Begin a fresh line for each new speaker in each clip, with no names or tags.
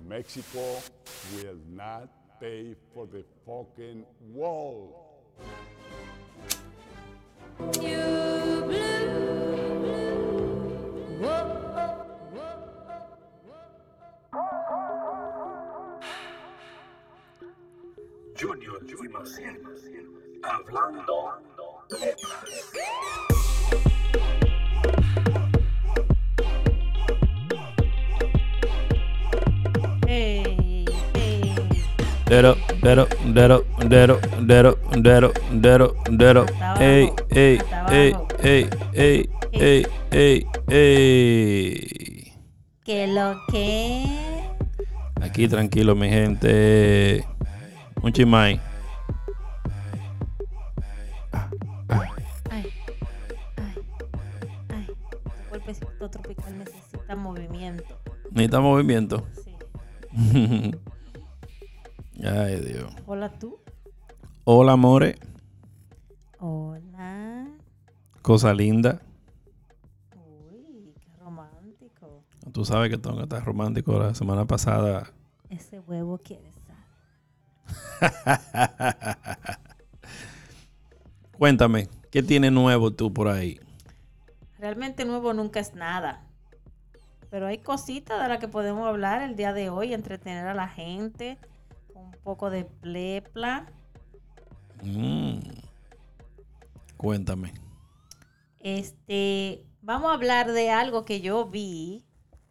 Mexico will not pay for the fucking wall.
Junior y Maciel, hablando letras.
Hey, hey.
Dero.
Hasta
Ey,
abajo,
ey,
hasta
ey,
abajo.
ey, ey, ey, ey, ey.
¿Qué lo que?
Aquí tranquilo, mi gente. Un chimay.
Ay, ay, ay. Tu cuerpecito tropical necesita movimiento.
Necesita movimiento.
Sí.
Ay, Dios.
Hola tú.
Hola, amores.
Hola.
Cosa linda.
Uy, qué romántico.
Tú sabes que tengo que estar romántico. La semana pasada.
Ese huevo quiere sal.
Cuéntame, ¿qué tiene nuevo tú por ahí?
Realmente nuevo nunca es nada. Pero hay cositas de las que podemos hablar el día de hoy, entretener a la gente, un poco de plepla.
Cuéntame.
Vamos a hablar de algo que yo vi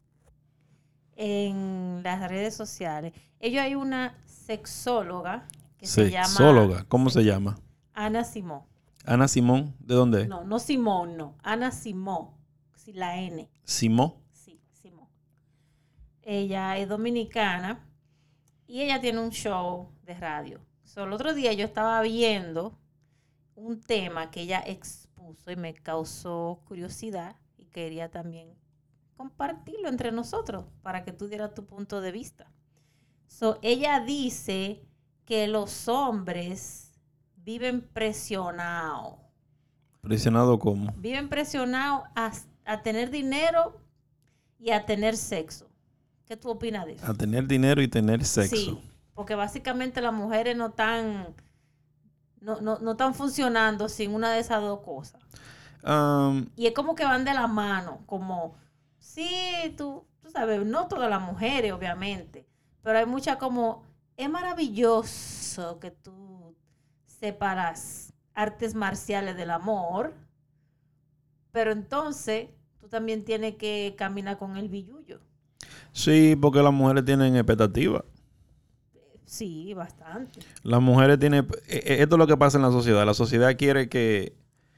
en las redes sociales. Hay una sexóloga que se llama
Sexóloga. ¿Cómo se llama?
Ana Simón.
Ana Simón. ¿De dónde es?
No Simón, no. Ana Simón. Sí, la N.
Simón.
Sí, Simón. Ella es dominicana y ella tiene un show de radio. El otro día yo estaba viendo un tema que ella expuso y me causó curiosidad y quería también compartirlo entre nosotros para que tú dieras tu punto de vista. Ella dice que los hombres viven presionados.
¿Presionado cómo?
Viven presionados a tener dinero y a tener sexo. ¿Qué tú opinas de eso?
A tener dinero y tener sexo.
Sí, porque básicamente las mujeres no están funcionando sin una de esas dos cosas. Y es como que van de la mano, como, sí, tú sabes, no todas las mujeres, obviamente, pero hay muchas como, es maravilloso que tú separas artes marciales del amor, pero entonces tú también tienes que caminar con el billullo.
Sí, porque las mujeres tienen expectativas.
Sí, bastante.
Las mujeres tienen... Esto es lo que pasa en la sociedad. La sociedad quiere que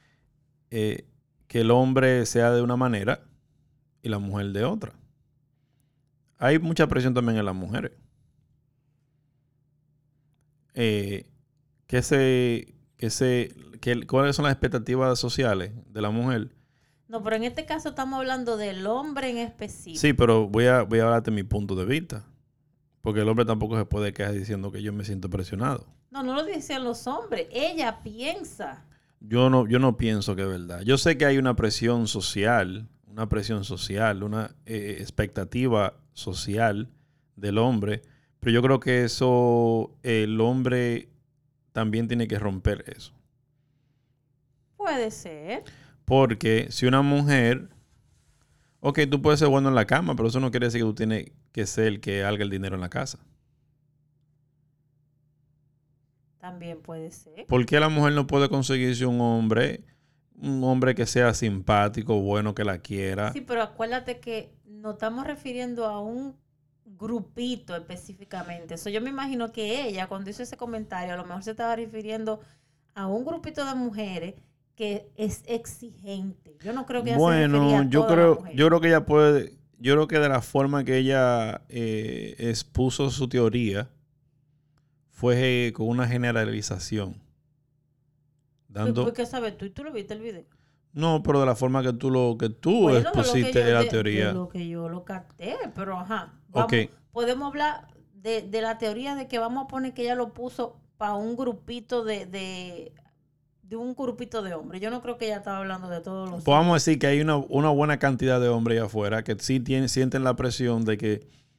el hombre sea de una manera y la mujer de otra. Hay mucha presión también en las mujeres. ¿Cuáles son las expectativas sociales de la mujer?
No, pero en este caso estamos hablando del hombre en específico.
Sí, pero voy a hablarte de mi punto de vista. Porque el hombre tampoco se puede quedar diciendo que yo me siento presionado.
No lo dicen los hombres. Ella piensa.
Yo no pienso que es verdad. Yo sé que hay una presión social, una expectativa social del hombre, pero yo creo que eso, el hombre también tiene que romper eso.
Puede ser.
Porque si una mujer, ok, tú puedes ser bueno en la cama, pero eso no quiere decir que tú tienes que ser el que haga el dinero en la casa.
También puede ser.
¿Por qué la mujer no puede conseguirse un hombre que sea simpático, bueno, que la quiera?
Sí, pero acuérdate que nos estamos refiriendo a un grupito específicamente. Yo me imagino que ella, cuando hizo ese comentario, a lo mejor se estaba refiriendo a un grupito de mujeres que es exigente. Yo no creo que ella se refería a todas las mujeres.
Yo creo que ella puede, yo creo que de la forma que ella expuso su teoría fue con una generalización.
¿Por qué sabes tú? ¿Y tú lo viste el video?
No, pero de la forma que tú expusiste la teoría.
De lo que yo lo capté, pero ajá.
Okay.
Podemos hablar de la teoría de que vamos a poner que ella lo puso para un grupito de un grupito de hombres. Yo no creo que ella estaba hablando de todos los
Podemos decir que hay una buena cantidad de hombres allá afuera que sí sienten la presión de que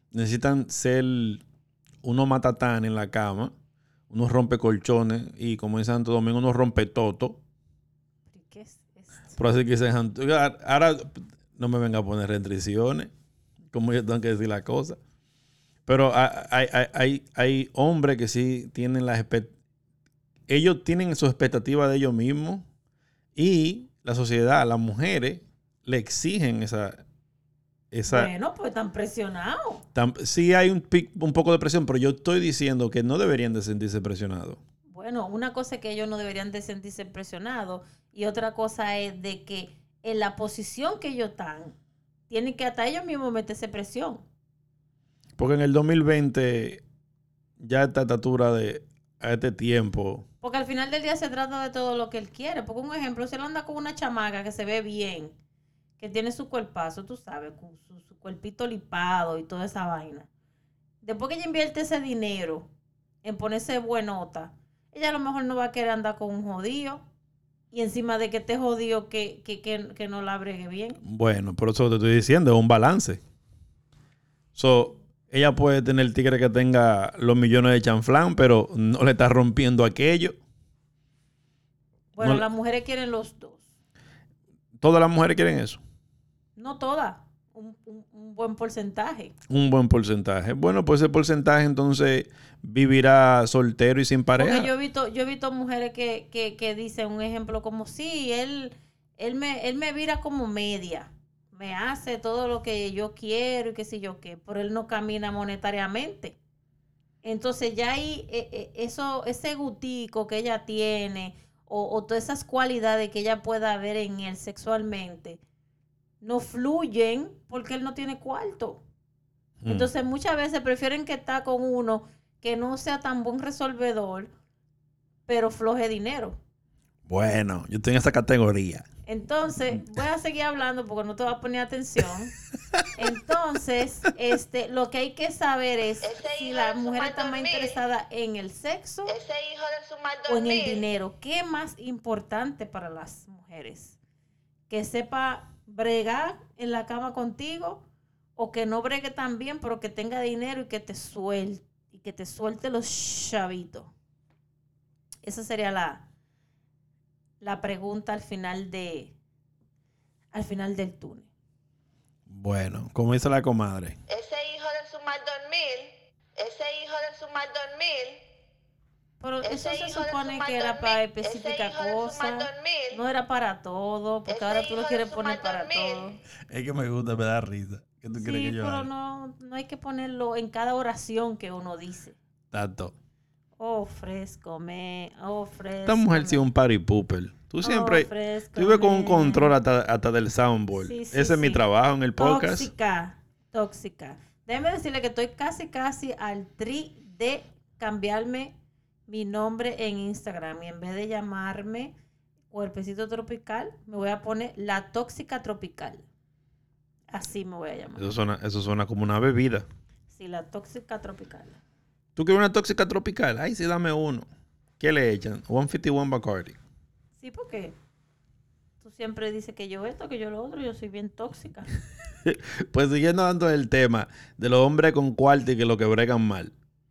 necesitan ser unos matatán en la cama, unos rompecolchones y, como en Santo Domingo, unos rompetotos.
¿Qué es esto?
Por así que sean. Ahora no me venga a poner restricciones, como yo tengo que decir la cosa. Pero hay hombres que sí tienen ellos tienen su expectativa de ellos mismos y la sociedad, las mujeres, le exigen esa
Bueno, pues están presionados.
sí hay un poco de presión, pero yo estoy diciendo que no deberían de sentirse presionados.
Bueno, una cosa es que ellos no deberían de sentirse presionados y otra cosa es de que en la posición que ellos están, tienen que hasta ellos mismos meterse presión.
Porque en el 2020, ya a esta estatura a este tiempo...
Porque al final del día se trata de todo lo que él quiere. Porque un ejemplo, si él anda con una chamaca que se ve bien, que tiene su cuerpazo, tú sabes, con su cuerpito lipado y toda esa vaina. Después que ella invierte ese dinero en ponerse buenota, ella a lo mejor no va a querer andar con un jodido. Y encima de que esté jodido, que no la bregue bien.
Bueno, por eso te estoy diciendo, es un balance. Ella puede tener el tigre que tenga los millones de chanflán, pero no le está rompiendo aquello.
Bueno,
No,
las mujeres quieren los dos.
¿Todas las mujeres quieren eso?
No todas. Un buen porcentaje.
Un buen porcentaje. Bueno, pues ese porcentaje entonces vivirá soltero y sin pareja.
Porque yo he visto mujeres que dicen un ejemplo como, sí, él me vira como media. Me hace todo lo que yo quiero y qué sé yo qué, pero él no camina monetariamente. Entonces ya ahí ese gutico que ella tiene o todas esas cualidades que ella pueda ver en él sexualmente no fluyen porque él no tiene cuarto. Entonces muchas veces prefieren que estar con uno que no sea tan buen resolvedor, pero floje dinero.
Bueno, yo estoy en esa categoría.
Entonces, voy a seguir hablando porque no te voy a poner atención. Entonces, lo que hay que saber es si la mujer está más interesada en el sexo o en el dinero. ¿Qué es más importante para las mujeres? Que sepa bregar en la cama contigo o que no bregue tan bien, pero que tenga dinero y que te suelte los chavitos. Esa sería la pregunta al final del túnel.
Bueno, como dice la comadre.
Ese hijo de su mal dormir.
Pero eso se supone que era para específica cosa. No era para todo, porque ahora tú lo quieres poner para todo.
Es que me gusta, me da risa. ¿Qué tú quieres que yo
pero
haga?
no hay que ponerlo en cada oración que uno dice.
Tanto.
Ofrézcome.
Esta mujer sí es un party pooper. Tú siempre tú vives con un control hasta del soundboard.
Sí,
Ese es mi trabajo en el podcast.
Tóxica. Déjeme decirle que estoy casi al tri de cambiarme mi nombre en Instagram. Y en vez de llamarme Cuerpecito Tropical, me voy a poner La Tóxica Tropical. Así me voy a llamar.
Eso suena como una bebida.
Sí, La Tóxica Tropical.
¿Tú quieres una tóxica tropical? Ay, sí, dame uno. ¿Qué le echan? 151 Bacardi.
Sí, porque tú siempre dices que yo esto, que yo lo otro. Yo soy bien tóxica.
Pues siguiendo dando el tema de los hombres con cuarto y que lo que bregan mal.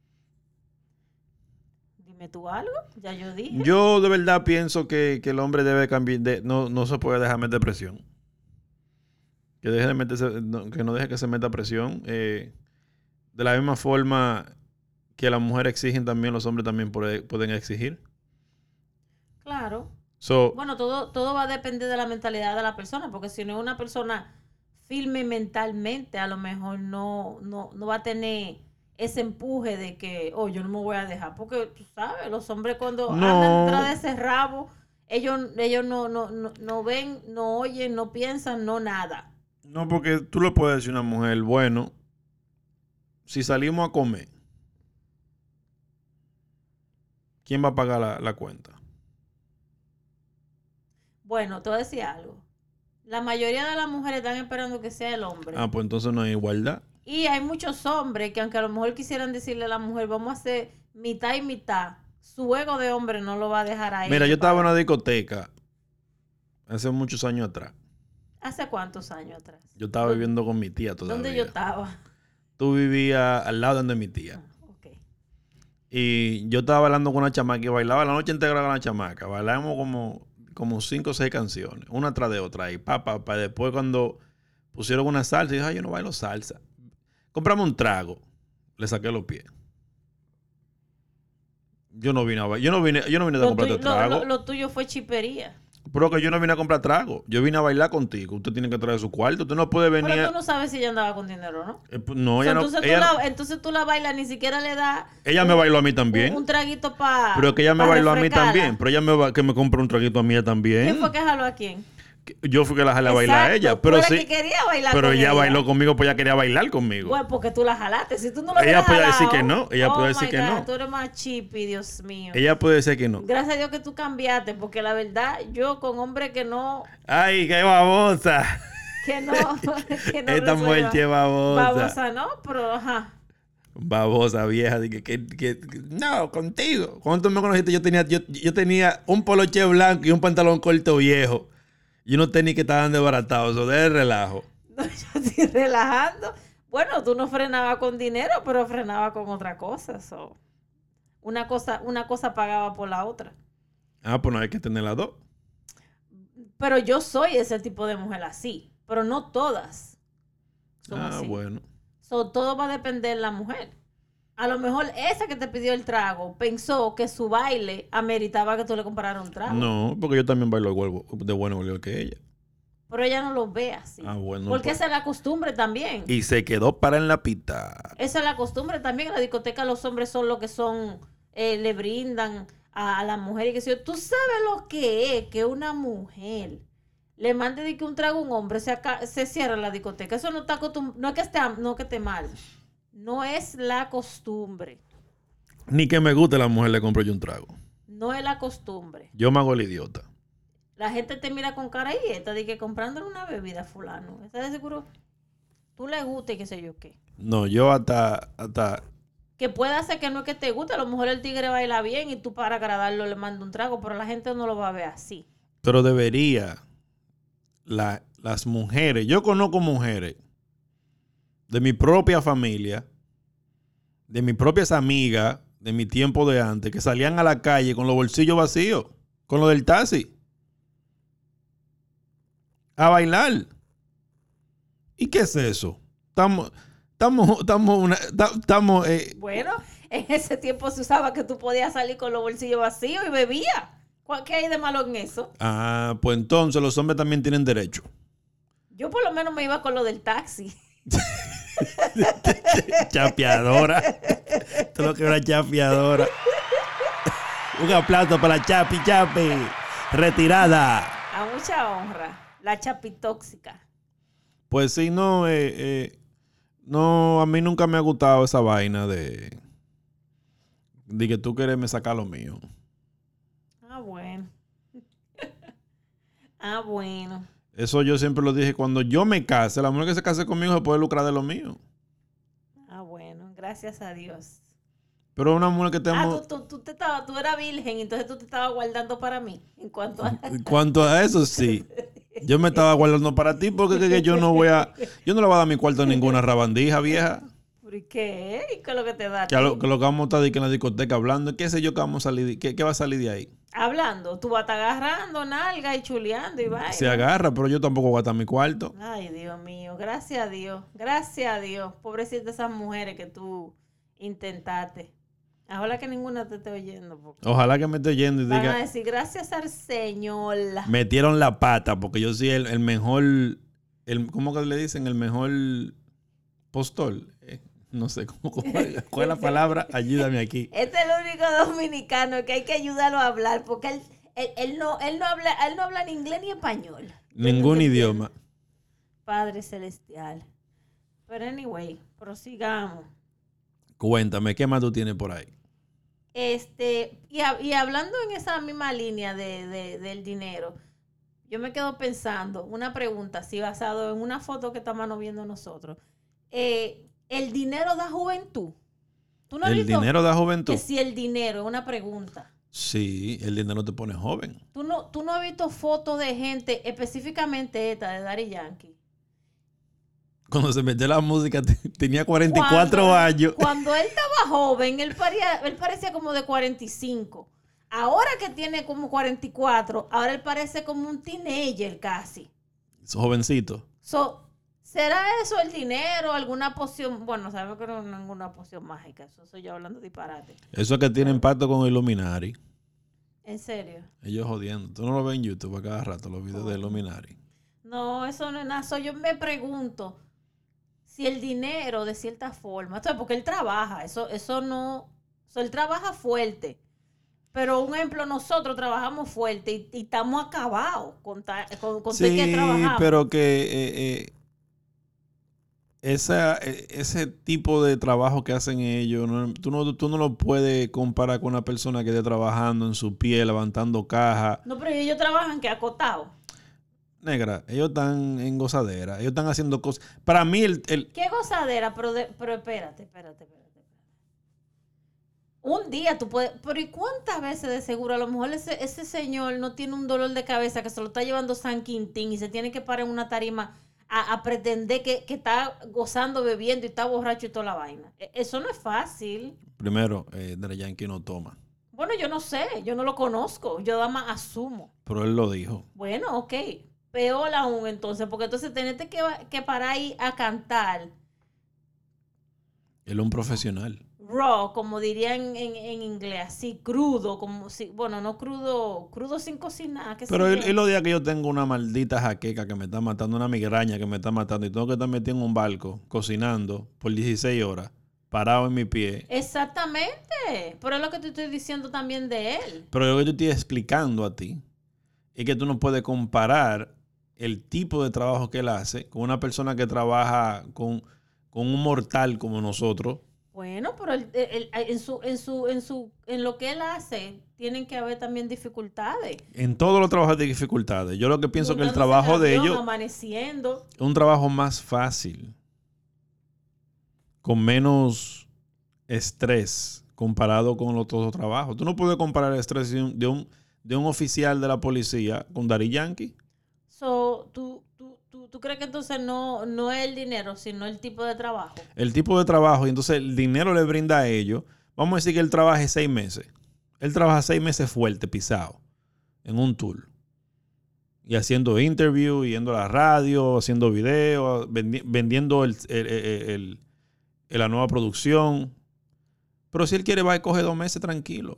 Dime tú algo. Ya yo dije.
Yo de verdad pienso que el hombre debe cambiar. No se puede dejar meter presión. Que deje de meterse, que no deje que se meta presión. De la misma forma que las mujeres exigen, también los hombres también pueden exigir.
Claro. Bueno, todo va a depender de la mentalidad de la persona, porque si no es una persona firme mentalmente, a lo mejor no va a tener ese empuje de que, yo no me voy a dejar, porque tú sabes, los hombres cuando andan detrás de ese rabo, ellos no ven, no oyen, no piensan, no nada.
No, porque tú le puedes decir a una mujer, bueno, si salimos a comer, ¿quién va a pagar la cuenta?
Bueno, te voy a decir algo. La mayoría de las mujeres están esperando que sea el hombre.
Pues entonces no hay igualdad.
Y hay muchos hombres que aunque a lo mejor quisieran decirle a la mujer, vamos a hacer mitad y mitad, su ego de hombre no lo va a dejar ahí.
Mira, yo estaba en una discoteca hace muchos años atrás.
¿Hace cuántos años atrás?
Yo estaba viviendo con mi tía todavía.
¿Dónde yo estaba?
tú vivías al lado de mi tía.
Ok.
Y yo estaba bailando con una chamaca y bailaba la noche entera con una chamaca. Bailábamos como 5 o 6 canciones, una tras de otra. Y después cuando pusieron una salsa, dije, ay, yo no bailo salsa. Compramos un trago. Le saqué los pies. Yo no vine a comprar este trago.
Lo tuyo fue chipería.
Pero que yo no vine a comprar trago. Yo vine a bailar contigo. Usted tiene que traer su cuarto. Usted no puede venir.
Pero tú no sabes si ella andaba con dinero o no.
No, ella no.
Entonces tú la bailas, ni siquiera le das.
Ella me bailó a mí también.
Un traguito para.
Pero que ella me bailó a mí también. Pero ella que me compró un traguito a mí también.
¿Quién fue que jaló a quién?
Yo fui que la jalé a bailar a ella. Pero sí.
Que quería bailar
pero
con
ella
ella
bailó conmigo, pues ella quería bailar conmigo.
Bueno, porque tú la jalaste. Si tú no lo
ella
hubieras
podía
jalado,
decir que no. Ella podía decir que
God,
no.
Tú eres más chippy, Dios mío.
Ella puede decir que no.
Gracias a Dios que tú cambiaste, porque la verdad, yo con hombres que no.
Ay, qué babosa.
Que no.
Esta mujer che babosa.
Babosa, ¿no? Pero, ajá.
Babosa vieja, no, contigo. Cuando tú me conociste, yo tenía un poloche blanco y un pantalón corto viejo. Y unos tenis que estaban desbaratados, eso de relajo.
No, yo estoy relajando. Bueno, tú no frenabas con dinero, pero frenabas con otra cosa. So. Una cosa pagaba por la otra.
Ah, pues no hay que tener las dos.
Pero yo soy ese tipo de mujer así. Pero no todas son así.
Bueno.
So, todo va a depender de la mujer. A lo mejor esa que te pidió el trago pensó que su baile ameritaba que tú le compraras un trago.
No, porque yo también bailo igual de bueno igual que ella.
Pero ella no lo ve así.
Ah, bueno.
Porque
pues.
esa es la costumbre también.
Y se quedó para en la pita.
Esa es la costumbre también. En la discoteca los hombres son los que son, le brindan a la mujer. Y que si tú sabes lo que es que una mujer le mande de que un trago a un hombre, se cierra la discoteca. Eso no está acostumbrado. No que esté mal. No es la costumbre.
Ni que me guste la mujer le compro yo un trago.
No es la costumbre.
Yo me hago el idiota.
La gente te mira con cara y esta de que comprándole una bebida a fulano. Esta de seguro tú le gusta y qué sé yo qué.
No, yo hasta...
Que puede ser que no es que te guste. A lo mejor el tigre baila bien y tú para agradarlo le mandas un trago, pero la gente no lo va a ver así.
Pero debería las mujeres... Yo conozco mujeres de mi propia familia, de mis propias amigas, de mi tiempo de antes, que salían a la calle con los bolsillos vacíos, con lo del taxi, a bailar. ¿Y qué es eso?
Bueno, en ese tiempo se usaba que tú podías salir con los bolsillos vacíos y bebías. ¿Qué hay de malo en eso?
Ah, pues entonces los hombres también tienen derecho.
Yo por lo menos me iba con lo del taxi.
Chapeadora. Esto es lo que es una chapeadora. Un aplauso para la Chapi. Retirada.
A mucha honra. La chapitóxica.
Pues sí, no, no, a mí nunca me ha gustado esa vaina de que tú quieres me sacar lo mío.
Ah, bueno. Ah, bueno.
Eso yo siempre lo dije. Cuando yo me case, la mujer que se case conmigo se puede lucrar de lo mío.
Ah, bueno. Gracias a Dios.
Pero una mujer que tenemos...
tú eras virgen, entonces tú te estabas guardando para mí. En cuanto
a eso, sí. Yo me estaba guardando para ti porque yo no le voy a dar mi cuarto a ninguna rabandija vieja.
¿Por qué? ¿Y qué es lo que te da?
Que lo que vamos a estar en la discoteca hablando. ¿Qué sé yo que vamos a salir? ¿Qué va a salir de ahí?
Hablando. Tú vas a estar agarrando nalga y chuleando y vaina.
Se agarra, pero yo tampoco voy a estar en mi cuarto.
Ay, Dios mío. Gracias a Dios. Gracias a Dios. Pobrecita esas mujeres que tú intentaste. Ojalá que ninguna te esté oyendo.
Ojalá que me esté oyendo y
van
diga...
a decir, gracias al Señor.
Metieron la pata porque yo soy el mejor... ¿Cómo que le dicen? El mejor postor. No sé cuál es la palabra. Ayúdame aquí.
Este es el único dominicano que hay que ayudarlo a hablar porque él no habla ni inglés ni español.
Ningún idioma.
Padre Celestial. Pero anyway, prosigamos.
Cuéntame, ¿qué más tú tienes por ahí?
Y hablando en esa misma línea del dinero, yo me quedo pensando, una pregunta, así basado en una foto que estamos viendo nosotros. ¿El dinero da juventud? ¿Tú no has visto
dinero da juventud?
que si el dinero es una pregunta?
Sí, el dinero te pone joven.
¿Tú no has visto fotos de gente, específicamente esta de Daddy Yankee,
Cuando se metió la música tenía 44 años.
Cuando él estaba joven, él parecía como de 45. Ahora que tiene como 44, ahora él parece como un teenager casi.
Jovencito.
¿Será eso el dinero? ¿Alguna poción? Bueno, sabemos que no es ninguna poción mágica. Eso soy yo hablando disparate.
Eso es que tiene impacto con Illuminati.
¿En serio?
Ellos jodiendo. Tú no lo ves en YouTube a cada rato, los videos de Illuminati.
No, eso no es nada. Yo me pregunto si el dinero, de cierta forma, entonces, porque él trabaja, eso no, él trabaja fuerte. Pero, un ejemplo, nosotros trabajamos fuerte y estamos acabados con
sí,
que trabajamos.
Pero que ese tipo de trabajo que hacen ellos, tú no lo puedes comparar con una persona que esté trabajando en su pie, levantando cajas.
No, pero ellos trabajan que acotados.
Negra, ellos están en gozadera, ellos están haciendo cosas. Para mí,
¿Qué gozadera? Pero espérate. Un día tú puedes... Pero ¿y cuántas veces de seguro? A lo mejor ese señor no tiene un dolor de cabeza que se lo está llevando San Quintín y se tiene que parar en una tarima a pretender que está gozando, bebiendo y está borracho y toda la vaina. Eso no es fácil.
Primero, Daddy Yankee no toma.
Bueno, yo no sé, yo no lo conozco, yo nada más asumo.
Pero él lo dijo.
Bueno, ok. Peor aún entonces, porque entonces tenete que parar ahí a cantar.
Él es un profesional.
Raw, como dirían en inglés, así crudo, como si, bueno, no crudo sin cocinar.
Pero él los días que yo tengo una maldita jaqueca que me está matando, una migraña que me está matando y tengo que estar metido en un barco cocinando por 16 horas, parado en mi pie.
Exactamente, pero es lo que te estoy diciendo también de él.
Pero lo que yo te estoy explicando a ti es que tú no puedes comparar el tipo de trabajo que él hace con una persona que trabaja con un mortal como nosotros.
Bueno, pero en lo que él hace, tienen que haber también dificultades.
En todos los trabajos hay dificultades. Yo lo que pienso que el trabajo de ellos
amaneciendo.
es un trabajo más fácil, con menos estrés comparado con los otros trabajos. Tú no puedes comparar el estrés de un oficial de la policía con Daddy Yankee.
¿Tú crees que entonces no es el dinero, sino el tipo de trabajo?
El tipo de trabajo, y entonces el dinero le brinda a ellos. Vamos a decir que él trabaje 6 meses. Él trabaja 6 meses fuerte, pisado, en un tour. Y haciendo interview, yendo a la radio, haciendo videos, vendiendo la nueva producción. Pero si él quiere, va y coge 2 meses tranquilo.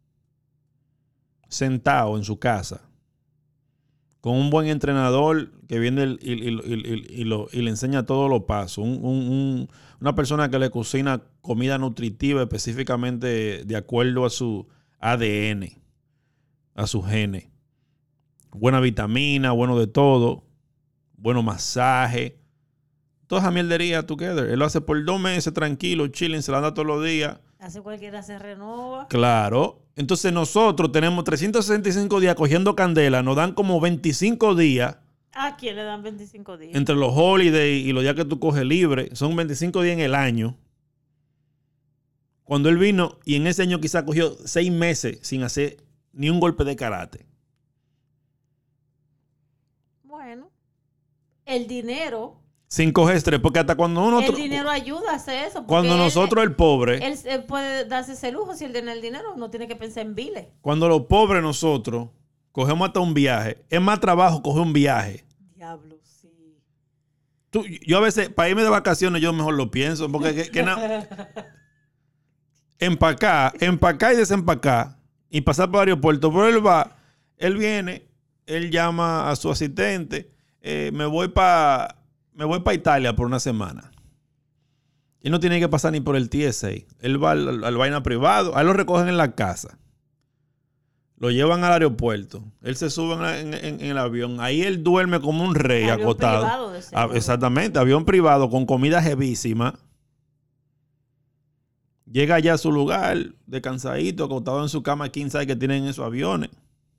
Sentado en su casa. Con un buen entrenador que viene y le enseña todos los pasos. Una persona que le cocina comida nutritiva específicamente de acuerdo a su ADN, a sus genes. Buena vitamina, bueno de todo. Bueno masaje. Toda esa mierdería together. Él lo hace por 2 meses tranquilo, chilling, se la da todos los días.
Hace cualquiera se renova.
Claro. Entonces nosotros tenemos 365 días cogiendo candela. Nos dan como 25 días.
¿A quién le dan 25 días?
Entre los holidays y los días que tú coges libre. Son 25 días en el año. Cuando él vino, y en ese año quizás cogió 6 meses sin hacer ni un golpe de karate.
Bueno. El dinero...
Sin coger estrés, porque hasta cuando uno...
El dinero ayuda a hacer eso.
Cuando nosotros, el pobre...
Él puede darse ese lujo si él tiene el dinero, no tiene que pensar en biles.
Cuando los pobres nosotros cogemos hasta un viaje, es más trabajo coger un viaje.
Diablo, sí.
Yo a veces, para irme de vacaciones, yo mejor lo pienso, porque empacar y desempacar y pasar por el aeropuerto, pero él viene, él llama a su asistente, me voy para Italia por una semana. Y no tiene que pasar ni por el TSA. Él va al vaina privado. A él lo recogen en la casa. Lo llevan al aeropuerto. Él se sube en el avión. Ahí él duerme como un rey acostado.
Privado de seguro.
Exactamente. Avión privado con comida jevísima. Llega allá a su lugar, descansadito, acostado en su cama, quién sabe que tienen esos aviones.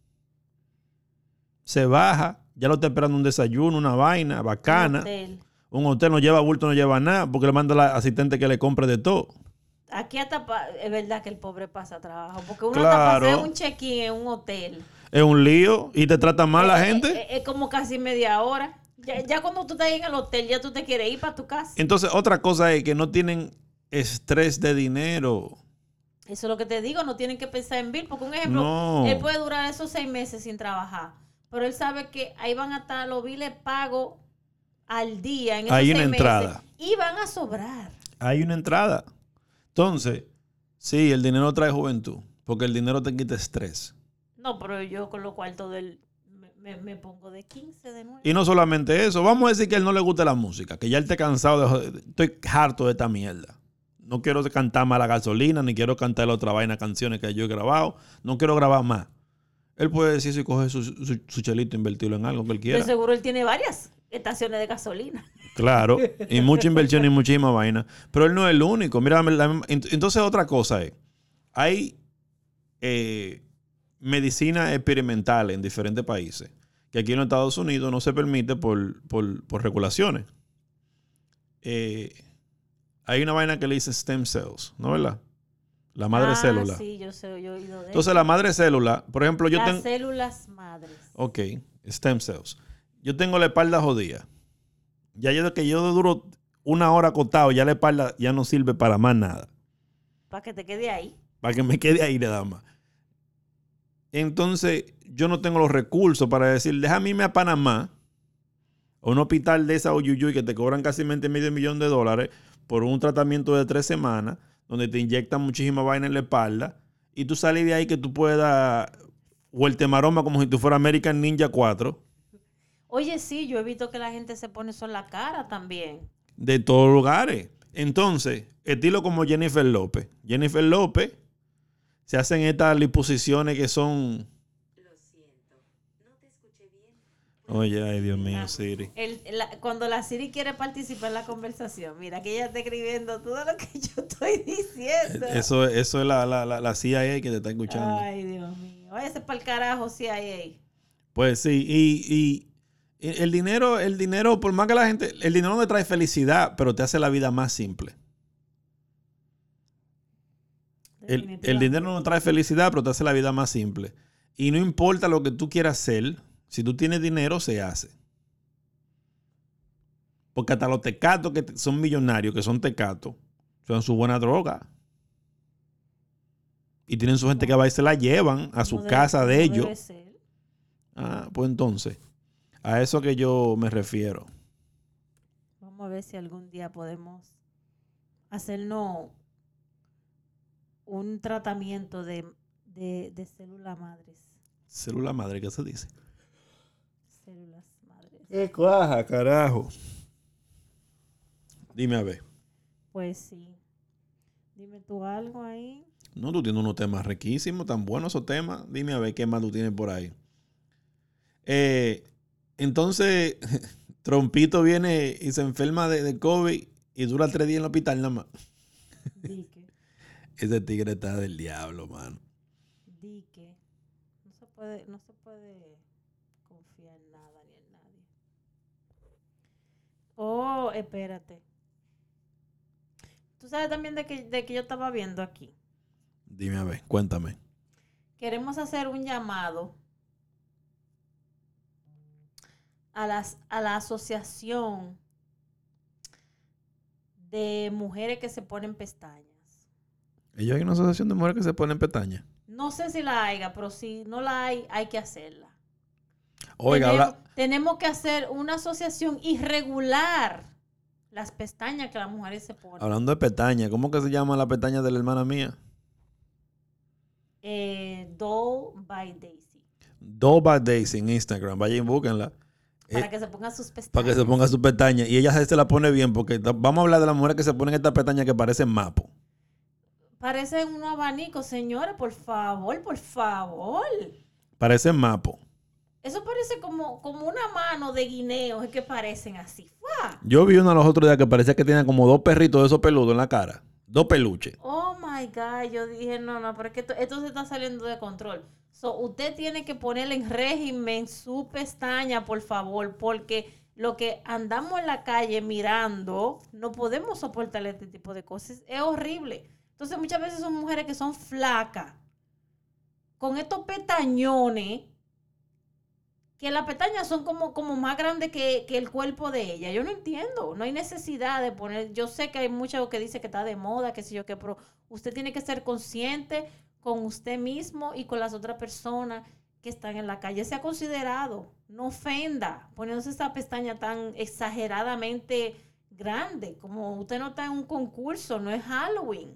Se baja. Ya lo está esperando un desayuno, una vaina bacana. Un hotel no lleva bulto, no lleva nada, porque le manda al asistente que le compre de todo.
Aquí hasta es verdad que el pobre pasa trabajo, porque uno
Claro.
hasta para hacer un check-in en un hotel.
Es un lío y te trata mal la gente.
Es como casi media hora. Ya cuando tú estás en el hotel, ya tú te quieres ir para tu casa.
Entonces, otra cosa es que no tienen estrés de dinero.
Eso es lo que te digo, no tienen que pensar en Bill, porque un ejemplo,
No.
él puede durar esos 6 meses sin trabajar, pero él sabe que ahí van a estar los biles pagos al día en esos
Hay
6
una
meses
entrada.
y van a sobrar.
Hay una entrada. Entonces, sí, el dinero trae juventud, porque el dinero te quita estrés.
No, pero yo con lo cuarto del me pongo de 15 de nuevo.
Y no solamente eso, vamos a decir que a él no le gusta la música, que ya él está cansado estoy harto de esta mierda. No quiero cantar más la gasolina, ni quiero cantar la otra vaina, canciones que yo he grabado. No quiero grabar más. Él puede decir si coge su chelito e invertirlo en algo que él
De
quiera.
seguro él tiene varias estaciones de gasolina.
Claro, y mucha inversión y muchísima vaina. Pero él no es el único. Mira, entonces otra cosa es, hay medicina experimental en diferentes países, que aquí en los Estados Unidos no se permite por regulaciones. Hay una vaina que le dice stem cells, ¿no verdad? La madre célula.
Sí, yo sé, yo he oído de
Entonces
eso.
la madre célula, por ejemplo, yo
Las
tengo...
células madres.
Ok, stem cells. Yo tengo la espalda jodida. Ya yo de que yo duro 1 hora acostado, ya la espalda ya no sirve para más nada.
Para que te quede ahí.
Para que me quede ahí le da más. Entonces, yo no tengo los recursos para decir, déjame irme a Panamá, a un hospital de esa Uyuyuy que te cobran casi $500,000 por un tratamiento de 3 semanas, donde te inyectan muchísima vaina en la espalda, y tú sales de ahí que tú puedas vuelte maroma como si tú fueras American Ninja 4,
Oye, sí, yo he visto que la gente se pone eso en la cara también.
de todos lugares. Entonces, estilo como Jennifer López. Jennifer López se hacen estas liposucciones que son...
Lo siento, no te escuché bien.
Oye, ay Dios mío, Siri.
Cuando la Siri quiere participar en la conversación, mira que ella está escribiendo todo lo que yo estoy diciendo.
Eso es la CIA que te está escuchando.
Ay, Dios mío. Váyase para el carajo, CIA.
Pues sí, y el dinero, por más que la gente, el dinero no te trae felicidad, pero te hace la vida más simple. El dinero no trae felicidad, pero te hace la vida más simple. Y no importa lo que tú quieras hacer, si tú tienes dinero, se hace. Porque hasta los tecatos que son millonarios, que son tecatos, son su buena droga. Y tienen su gente que va y se la llevan a su casa de ellos.
Debe ser.
Ah, pues entonces, a eso que yo me refiero.
Vamos a ver si algún día podemos hacernos un tratamiento de células madres.
Célula madre, ¿qué se dice?
Células madres.
¡Qué cuaja, carajo! Dime a ver.
Pues sí. Dime tú algo ahí.
No, tú tienes unos temas riquísimos, tan buenos esos temas. Dime a ver qué más tú tienes por ahí. Entonces, Trompito viene y se enferma de COVID y dura 3 días en el hospital nada más.
Dique.
Ese tigre está del diablo, mano.
Dique. No se puede confiar en nada ni en nadie. Oh, espérate. Tú sabes también de que yo estaba viendo aquí.
Dime a ver, cuéntame.
Queremos hacer un llamado a la asociación de mujeres que se ponen pestañas.
Ellos hay una asociación de mujeres que se ponen pestañas.
No sé si la haya, pero si no la hay que hacerla.
Oiga,
tenemos que hacer una asociación y regular las pestañas que las mujeres se ponen.
hablando de pestañas, ¿cómo que se llama la pestaña de la hermana mía?
Doll by Daisy.
Doll by Daisy en Instagram. Vayan y búsquenla.
Para que se pongan sus pestañas.
Para que se ponga su pestaña. Y ella se la pone bien porque vamos a hablar de las mujeres que se ponen estas pestañas que parecen mapo.
Parecen un abanico, señores, por favor, por favor.
Parecen mapo.
Eso parece como una mano de guineos, es que parecen así. ¡Fua!
Yo vi uno los otros días que parecía que tenía como 2 perritos de esos peludos en la cara. 2 peluches.
Oh my God, yo dije, no, pero es que esto se está saliendo de control. So, usted tiene que ponerle en régimen su pestaña, por favor, porque lo que andamos en la calle mirando, no podemos soportar este tipo de cosas. Es horrible. Entonces, muchas veces son mujeres que son flacas, con estos pestañones, que las pestañas son como más grandes que el cuerpo de ella. Yo no entiendo. No hay necesidad de poner. Yo sé que hay mucho que dice que está de moda, que sé yo qué, pero usted tiene que ser consciente con usted mismo y con las otras personas que están en la calle. Sea considerado. No ofenda poniéndose esa pestaña tan exageradamente grande. Como usted no está en un concurso, no es Halloween.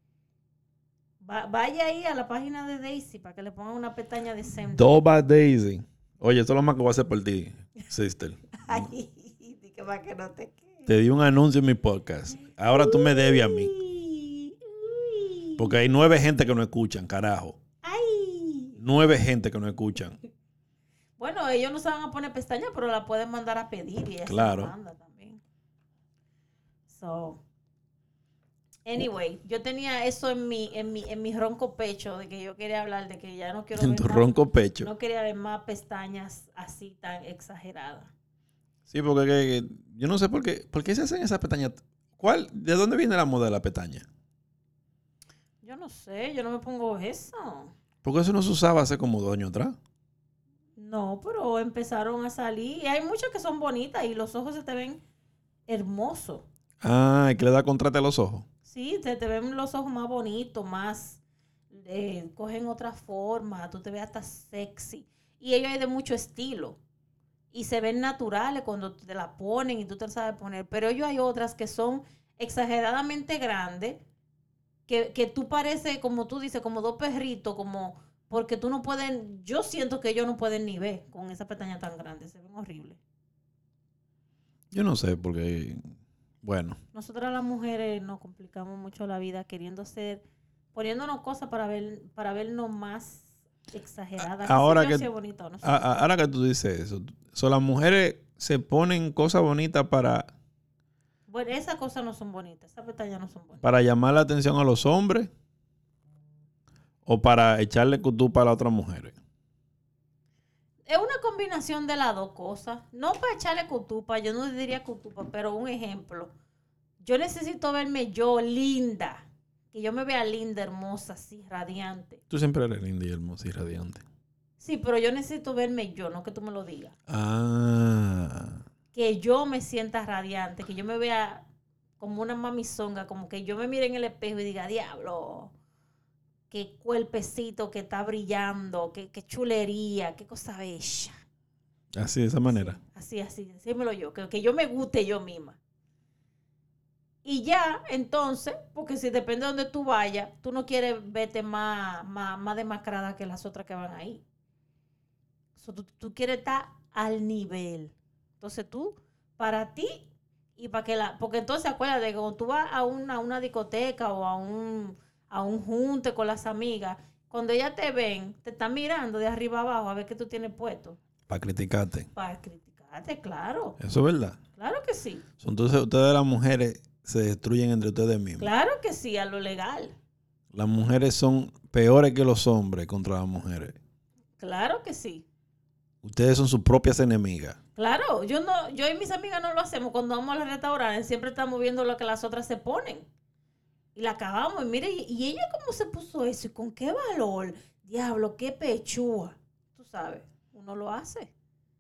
Vaya ahí a la página de Daisy para que le pongan una pestaña decente.
Doba Daisy. Oye, esto es lo más que voy a hacer por ti, sister.
Ay, di que para que no te quede.
Te di un anuncio en mi podcast. Ahora tú me debes a mí.
Uy.
Porque hay 9 gente que no escuchan, carajo.
Ay.
9 gente que no escuchan.
Bueno, ellos no se van a poner pestañas, pero la pueden mandar a pedir y ella
Claro.
se la manda también. So, anyway, yo tenía eso en mi ronco pecho de que yo quería hablar de que ya no quiero
En
ver
tu
más,
ronco pecho.
no quería ver más pestañas así tan exageradas.
Sí, porque yo no sé por qué se hacen esas pestañas. ¿De dónde viene la moda de la pestaña?
Yo no sé, yo no me pongo eso.
Porque eso no se usaba hace como 2 años atrás.
No, pero empezaron a salir y hay muchas que son bonitas y los ojos se te ven hermosos.
Ah, y que le da contraste a los ojos.
Sí, te ven los ojos más bonitos, más cogen otra forma, tú te ves hasta sexy. Y ellos hay de mucho estilo. Y se ven naturales cuando te la ponen y tú te la sabes poner. Pero ellos hay otras que son exageradamente grandes, que tú pareces, como tú dices, como 2 perritos, como porque tú no pueden, yo siento que ellos no pueden ni ver con esa pestaña tan grande, se ven horribles.
Yo no sé, porque, bueno,
Nosotras las mujeres nos complicamos mucho la vida queriendo ser, poniéndonos cosas para vernos más exageradas.
Ahora
No sé yo
que-
si es bonita o no sé.
ahora que tú dices eso, las mujeres se ponen cosas bonitas
Bueno, esas cosas no son bonitas, esas pestañas no son bonitas.
para llamar la atención a los hombres o para echarle cutupa a las otras mujeres.
Es una combinación de las dos cosas. No para echarle cutupa, yo no diría cutupa, pero un ejemplo. Yo necesito verme yo linda. Que yo me vea linda, hermosa, así, radiante.
Tú siempre eres linda y hermosa y radiante.
Sí, pero yo necesito verme yo, no que tú me lo digas.
Ah,
Que yo me sienta radiante, que yo me vea como una mamizonga, como que yo me mire en el espejo y diga, diablo, qué cuerpecito que está brillando, qué chulería, qué cosa bella.
así de esa manera.
Así, decímelo yo, que yo me guste yo misma. Y ya, entonces, porque si depende de donde tú vayas, tú no quieres verte más demacrada que las otras que van ahí. So, tú quieres estar al nivel. Entonces tú, para ti, y para que porque entonces acuérdate que cuando tú vas a una discoteca o a un junte con las amigas, cuando ellas te ven, te están mirando de arriba abajo a ver qué tú tienes puesto.
Para criticarte.
Para criticarte, claro.
Eso es verdad.
Claro que sí.
Entonces ustedes las mujeres se destruyen entre ustedes mismos.
Claro que sí, a lo legal.
Las mujeres son peores que los hombres contra las mujeres.
Claro que sí.
Ustedes son sus propias enemigas.
Claro, yo y mis amigas no lo hacemos. Cuando vamos a los restaurantes siempre estamos viendo lo que las otras se ponen. Y la acabamos. Y mire, y ella cómo se puso eso y con qué valor. Diablo, qué pechúa. Tú sabes, uno lo hace.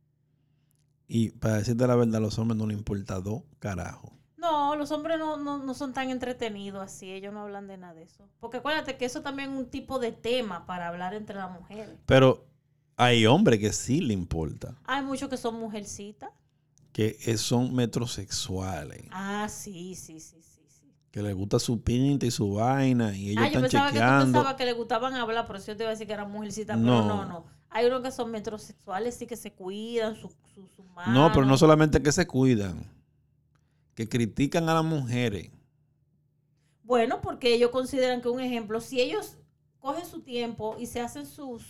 Y para decirte la verdad, a los hombres no les importa 2 carajos.
No, los hombres no son tan entretenidos así. Ellos no hablan de nada de eso. Porque acuérdate que eso también es un tipo de tema para hablar entre las mujeres.
Pero hay hombres que sí le importa.
Hay muchos que son mujercitas.
Que son metrosexuales.
Ah, sí.
Que les gusta su pinta y su vaina. Y ellos
Yo
están
pensaba que tú
chequeando.
pensabas que le gustaban hablar, por eso yo te iba a decir que eran mujercitas,
No.
pero no. Hay unos que son metrosexuales, sí que se cuidan, su mano.
No, pero no solamente que se cuidan. Que critican a las mujeres.
Bueno, porque ellos consideran que un ejemplo, si ellos cogen su tiempo y se hacen sus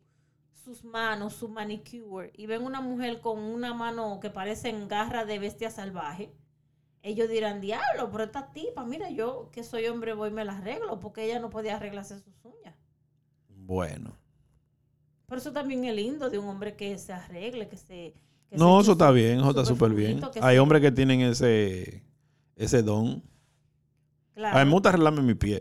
manos, su manicure, y ven una mujer con una mano que parece en garra de bestia salvaje, ellos dirán, diablo, pero esta tipa, mira, yo que soy hombre voy y me la arreglo, porque ella no podía arreglarse sus uñas.
Bueno.
Por eso también es lindo de un hombre que se arregle, que se
No,
eche
eso está
su-
bien, eso
su
está súper bien.
perfumito, que
Hay
se-
hombres que tienen ese don.
Claro.
A mí me gusta arreglarme mi pie.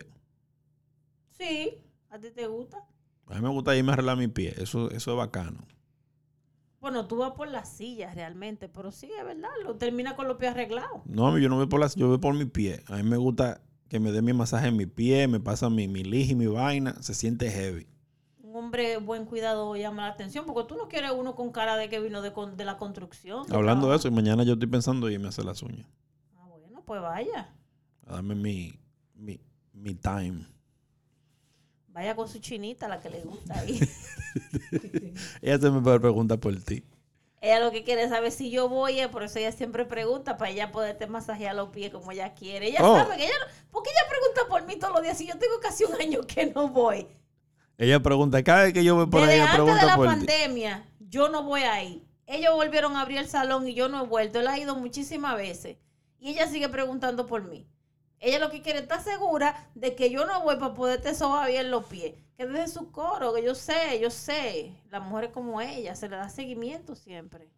Sí, ¿a ti te gusta?
A mí me gusta irme a arreglar mi pie. Eso es bacano.
Bueno, tú vas por las sillas realmente, pero sí, es verdad, lo termina con los pies arreglados.
No, yo no voy yo voy por mi pie. A mí me gusta que me dé mi masaje en mi pie, me pasa mi lija y mi vaina. Se siente heavy.
Un hombre buen cuidado llama la atención, porque tú no quieres uno con cara de que vino de la construcción.
Hablando de
trabajo.
eso, y mañana yo estoy pensando irme a hacer las uñas.
Ah, bueno, pues vaya.
A darme mi time.
Vaya con su chinita, la que le gusta ahí.
Ella se me puede preguntar por ti.
Ella lo que quiere es saber si yo voy, por eso ella siempre pregunta, para ella poderte masajear los pies como ella quiere. Ella sabe que ella no... ¿Por qué ella pregunta por mí todos los días si yo tengo casi un año que no voy?
Ella pregunta, cada vez que yo voy por ahí, ella
Desde antes de
pregunta
la
por ti.
pandemia, yo no voy ahí. Ellos volvieron a abrir el salón y yo no he vuelto. Él ha ido muchísimas veces. Y ella sigue preguntando por mí. Ella lo que quiere estar segura de que yo no voy para poderte sobar bien los pies. Que desde su coro, que yo sé. Las mujeres como ella, se le da seguimiento siempre.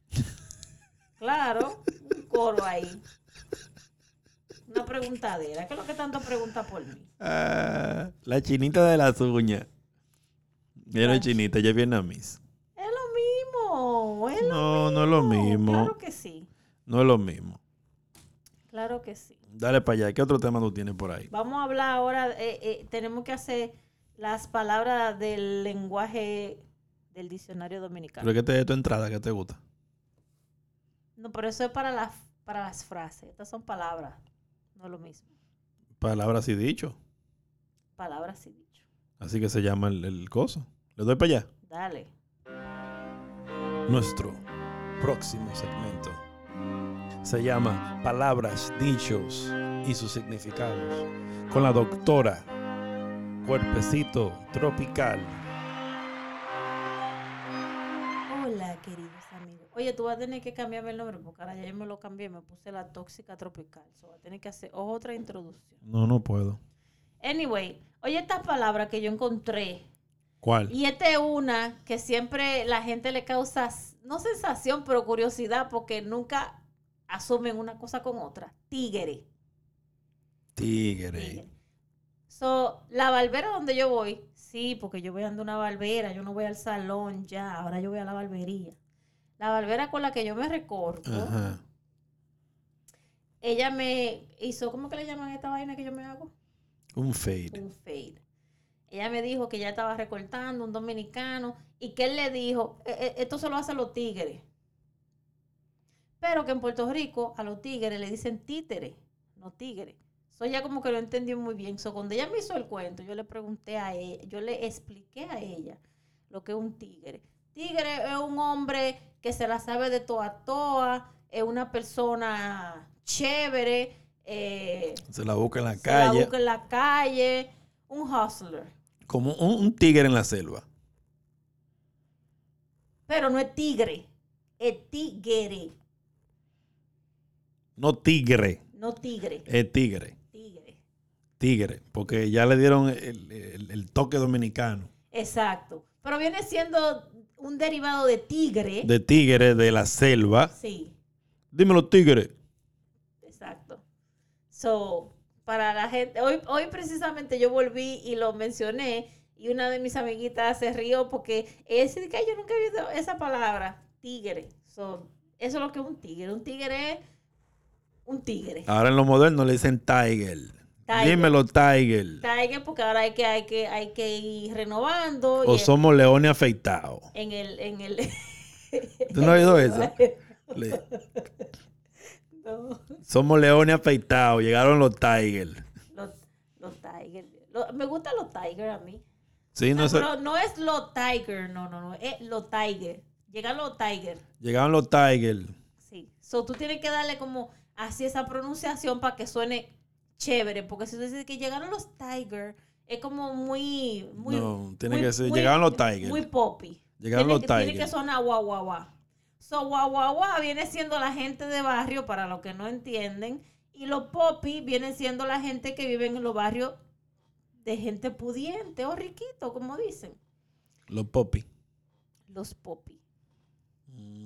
Claro, un coro ahí. Una preguntadera. ¿Qué es lo que tanto pregunta por mí?
Ah, la chinita de las uñas. Ella no es chinita, ella es vietnamés.
Es lo mismo.
No es lo mismo.
Claro que sí.
No es lo mismo.
Claro que sí.
Dale para allá. ¿Qué otro tema tú tienes por ahí?
Vamos a hablar ahora, tenemos que hacer las palabras del lenguaje del diccionario dominicano.
Creo que te dé tu entrada, que te gusta.
No, pero eso es para las frases. Estas son palabras, no es lo mismo.
Palabras y dicho.
Palabras y dicho.
Así que se llama el coso. ¿Le doy para allá?
Dale.
Nuestro próximo segmento se llama Palabras, Dichos y sus significados con la doctora Cuerpecito Tropical.
Hola, queridos amigos. Oye, tú vas a tener que cambiarme el nombre porque ahora ya yo me lo cambié, me puse la tóxica tropical. So, va a tener que hacer otra introducción.
No puedo.
Anyway, oye, esta palabra que yo encontré.
¿Cuál?
Y esta es una que siempre la gente le causa, no sensación, pero curiosidad, porque nunca asumen una cosa con otra. Tigre.
Tigre.
So, la barbera donde yo voy, sí, porque yo voy a una barbera, yo no voy al salón ya, ahora yo voy a la barbería. La barbera con la que yo me recorto,
Ajá.
ella me hizo, ¿cómo que le llaman a esta vaina que yo me hago?
Un fade.
Un fade. Ella me dijo que ella estaba recortando un dominicano y que él le dijo, esto se lo hacen los tigres. Pero que en Puerto Rico a los tigres le dicen títeres, no tigres. So ella como que lo entendió muy bien. So cuando ella me hizo el cuento, yo le pregunté a ella, yo le expliqué a ella lo que es un tigre. Tigre es un hombre que se la sabe de toa a toa, es una persona chévere,
Se la busca en la
se
calle.
la busca en la calle, un hustler.
Como un tigre en la selva.
Pero no es tigre, es tigre,
No tigre.
no tigre,
Es tigre.
tigre.
Tigre. Porque ya le dieron el toque dominicano.
Exacto. Pero viene siendo un derivado de tigre.
De tigre de la selva.
Sí,
Dímelo, tigre.
exacto. So, para la gente, hoy precisamente yo volví y lo mencioné y una de mis amiguitas se rió porque ella dice que yo nunca he visto esa palabra, tigre. So, eso es lo que es un tigre. Un tigre es un tigre.
Ahora en lo moderno le dicen tiger.
Tiger.
Dímelo, tiger.
Tiger porque ahora hay que ir renovando.
O
y
somos leones afeitados.
en el
¿Tú no has oído eso?
No,
Somos leones afeitados. Llegaron los tigers.
los Tiger. Me gustan los Tiger a mí.
Sí, no sé.
Pero no es los Tiger, no. Es los Tiger. Llegan los Tiger.
Llegaron los tigers.
Sí. So tú tienes que darle como así esa pronunciación para que suene chévere. Porque si tú dices que llegaron los Tiger, es como muy
No, tiene
muy-
que ser.
muy-
Llegaron los tigers.
Muy poppy.
Llegaron
Tiene
los
que- Tiene
Tiger.
que sonar guau, guau, guau. So, guau, guau, guau viene siendo la gente de barrio, para los que no entienden. Y los poppy vienen siendo la gente que vive en los barrios de gente pudiente o riquito, como dicen.
Los popi.
Los poppy.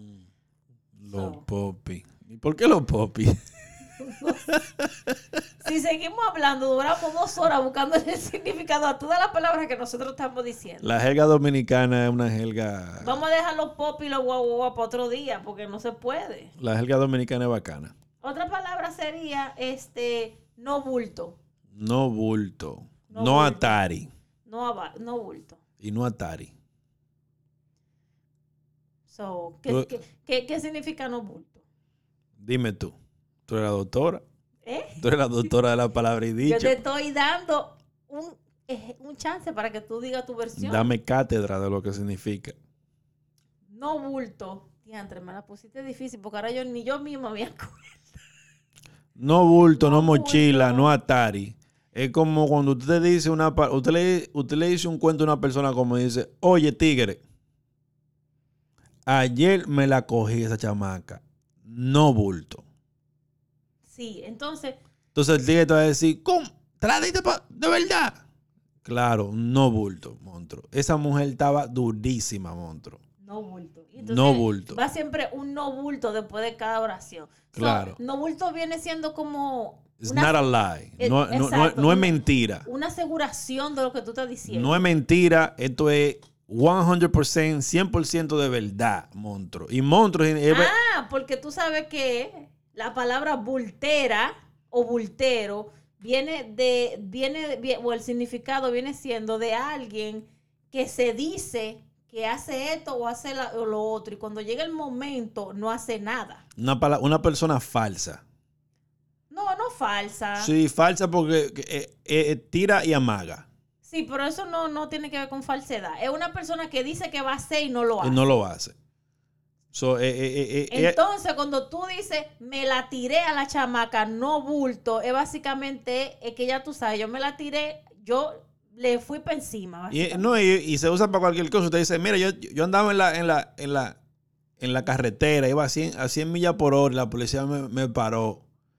Los
So.
popi. ¿Y por qué los popi?
Si Si seguimos hablando, duramos 2 horas buscando el significado a todas las palabras que nosotros estamos diciendo.
La jerga dominicana es una jerga...
Vamos a dejar los pop y los guau guau guau para otro día, porque no se puede.
La jerga dominicana es bacana.
Otra palabra sería no bulto.
No bulto.
No
No,
bulto.
Atari.
No bulto.
Y no Atari.
So,
Tú-
¿qué significa no bulto?
Dime tú. ¿Tú eres la doctora?
¿Eh?
Tú eres la doctora de la palabra y
Yo
dicho.
te estoy dando un chance para que tú digas tu versión.
Dame cátedra de lo que significa.
No bulto. Diantre, me la pusiste difícil porque ahora ni yo misma me acuerdo.
No bulto, no,
No
mochila,
bulto.
no Atari. Es como cuando usted dice usted le dice un cuento a una persona como dice, oye, tigre, ayer me la cogí esa chamaca. No bulto.
Sí, entonces,
Entonces el tigre te va a decir, ¿cómo? ¿Te la diste de verdad? Claro, no bulto, monstruo. Esa mujer estaba durísima, monstruo.
no bulto. Y entonces,
No bulto.
Va siempre un no bulto después de cada oración. So,
Claro.
no bulto viene siendo como
It's not a lie. No,
Exacto.
no es mentira.
una aseguración de lo que tú estás diciendo.
No es mentira. Esto es 100%, 100% de verdad, monstruo. Y monstruo es...
Porque tú sabes que la palabra bultera o bultero o el significado viene siendo de alguien que se dice que hace esto o hace o lo otro y cuando llega el momento no hace nada.
una persona falsa.
No falsa.
Sí, falsa porque tira y amaga.
Sí, pero eso no tiene que ver con falsedad. Es una persona que dice que va a hacer y no lo hace.
Y no lo hace.
Entonces, cuando tú dices, me la tiré a la chamaca, no bulto, es básicamente que ya tú sabes, yo me la tiré, yo le fui para encima.
Y se usa para cualquier cosa. Usted dice, mira, yo andaba en la carretera, iba a 100 millas por hora y la policía me paró.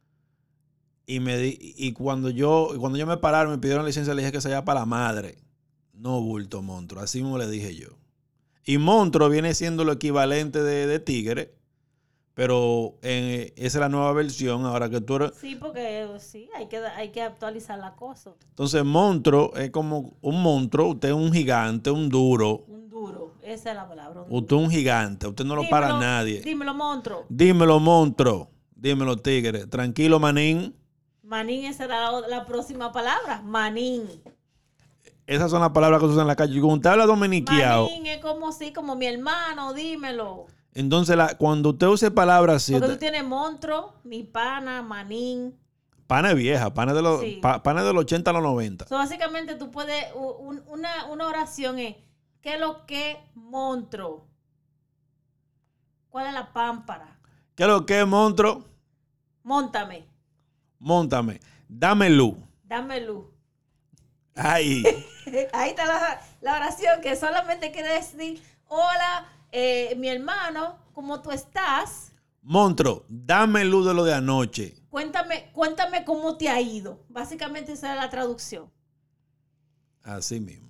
Y cuando yo me pararon, me pidieron licencia, le dije que se iba para la madre. No bulto, monstruo. Así mismo le dije yo. Y monstruo viene siendo lo equivalente de tigre, pero esa es la nueva versión. Ahora que tú eres...
Sí, porque sí, hay que actualizar la cosa.
Entonces, monstruo es como un monstruo. Usted es un gigante, un duro.
Un duro, esa es la palabra.
Usted es un gigante. Usted no lo para nadie.
Dímelo, monstruo.
Dímelo, monstruo. Dímelo, tigre. Tranquilo, manín.
Manín, esa era la próxima palabra. Manín.
Esas son las palabras que se usan en la calle. Y cuando usted habla dominiqueado,
Manín es como mi hermano, dímelo.
entonces cuando usted use palabras así,
Porque tú tienes monstruo, mi pana, manín.
pana es vieja, pana es de los,
Sí.
pana es del 80 a los 90.
So, básicamente tú puedes, una oración es, ¿qué es lo que monstruo? ¿Cuál es la pámpara?
¿Qué es lo que es, monstruo?
Móntame,
Móntame. Dame luz.
dame luz.
Ay.
Ahí está la oración que solamente quiere decir, hola, mi hermano, ¿cómo tú estás?
Monstruo, dame luz de lo de anoche.
Cuéntame cómo te ha ido. Básicamente esa es la traducción.
Así mismo.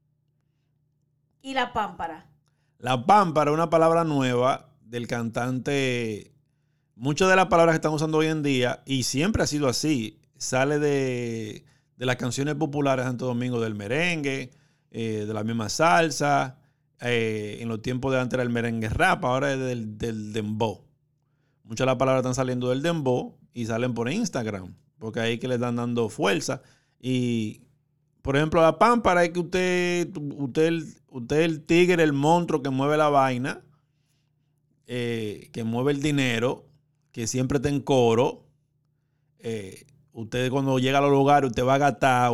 Y la pámpara.
La pámpara es una palabra nueva del cantante. Muchas de las palabras que están usando hoy en día, y siempre ha sido así, sale de las canciones populares de Santo Domingo, del merengue, de la misma salsa. En los tiempos de antes era el merengue rap, ahora es del dembow. Muchas de las palabras están saliendo del dembow y salen por Instagram, porque ahí que le están dando fuerza. Y, por ejemplo, la pámpara es que usted el tigre, el monstruo que mueve la vaina, que mueve el dinero, que siempre está en coro. Usted cuando llega a los lugares, usted va a gastar,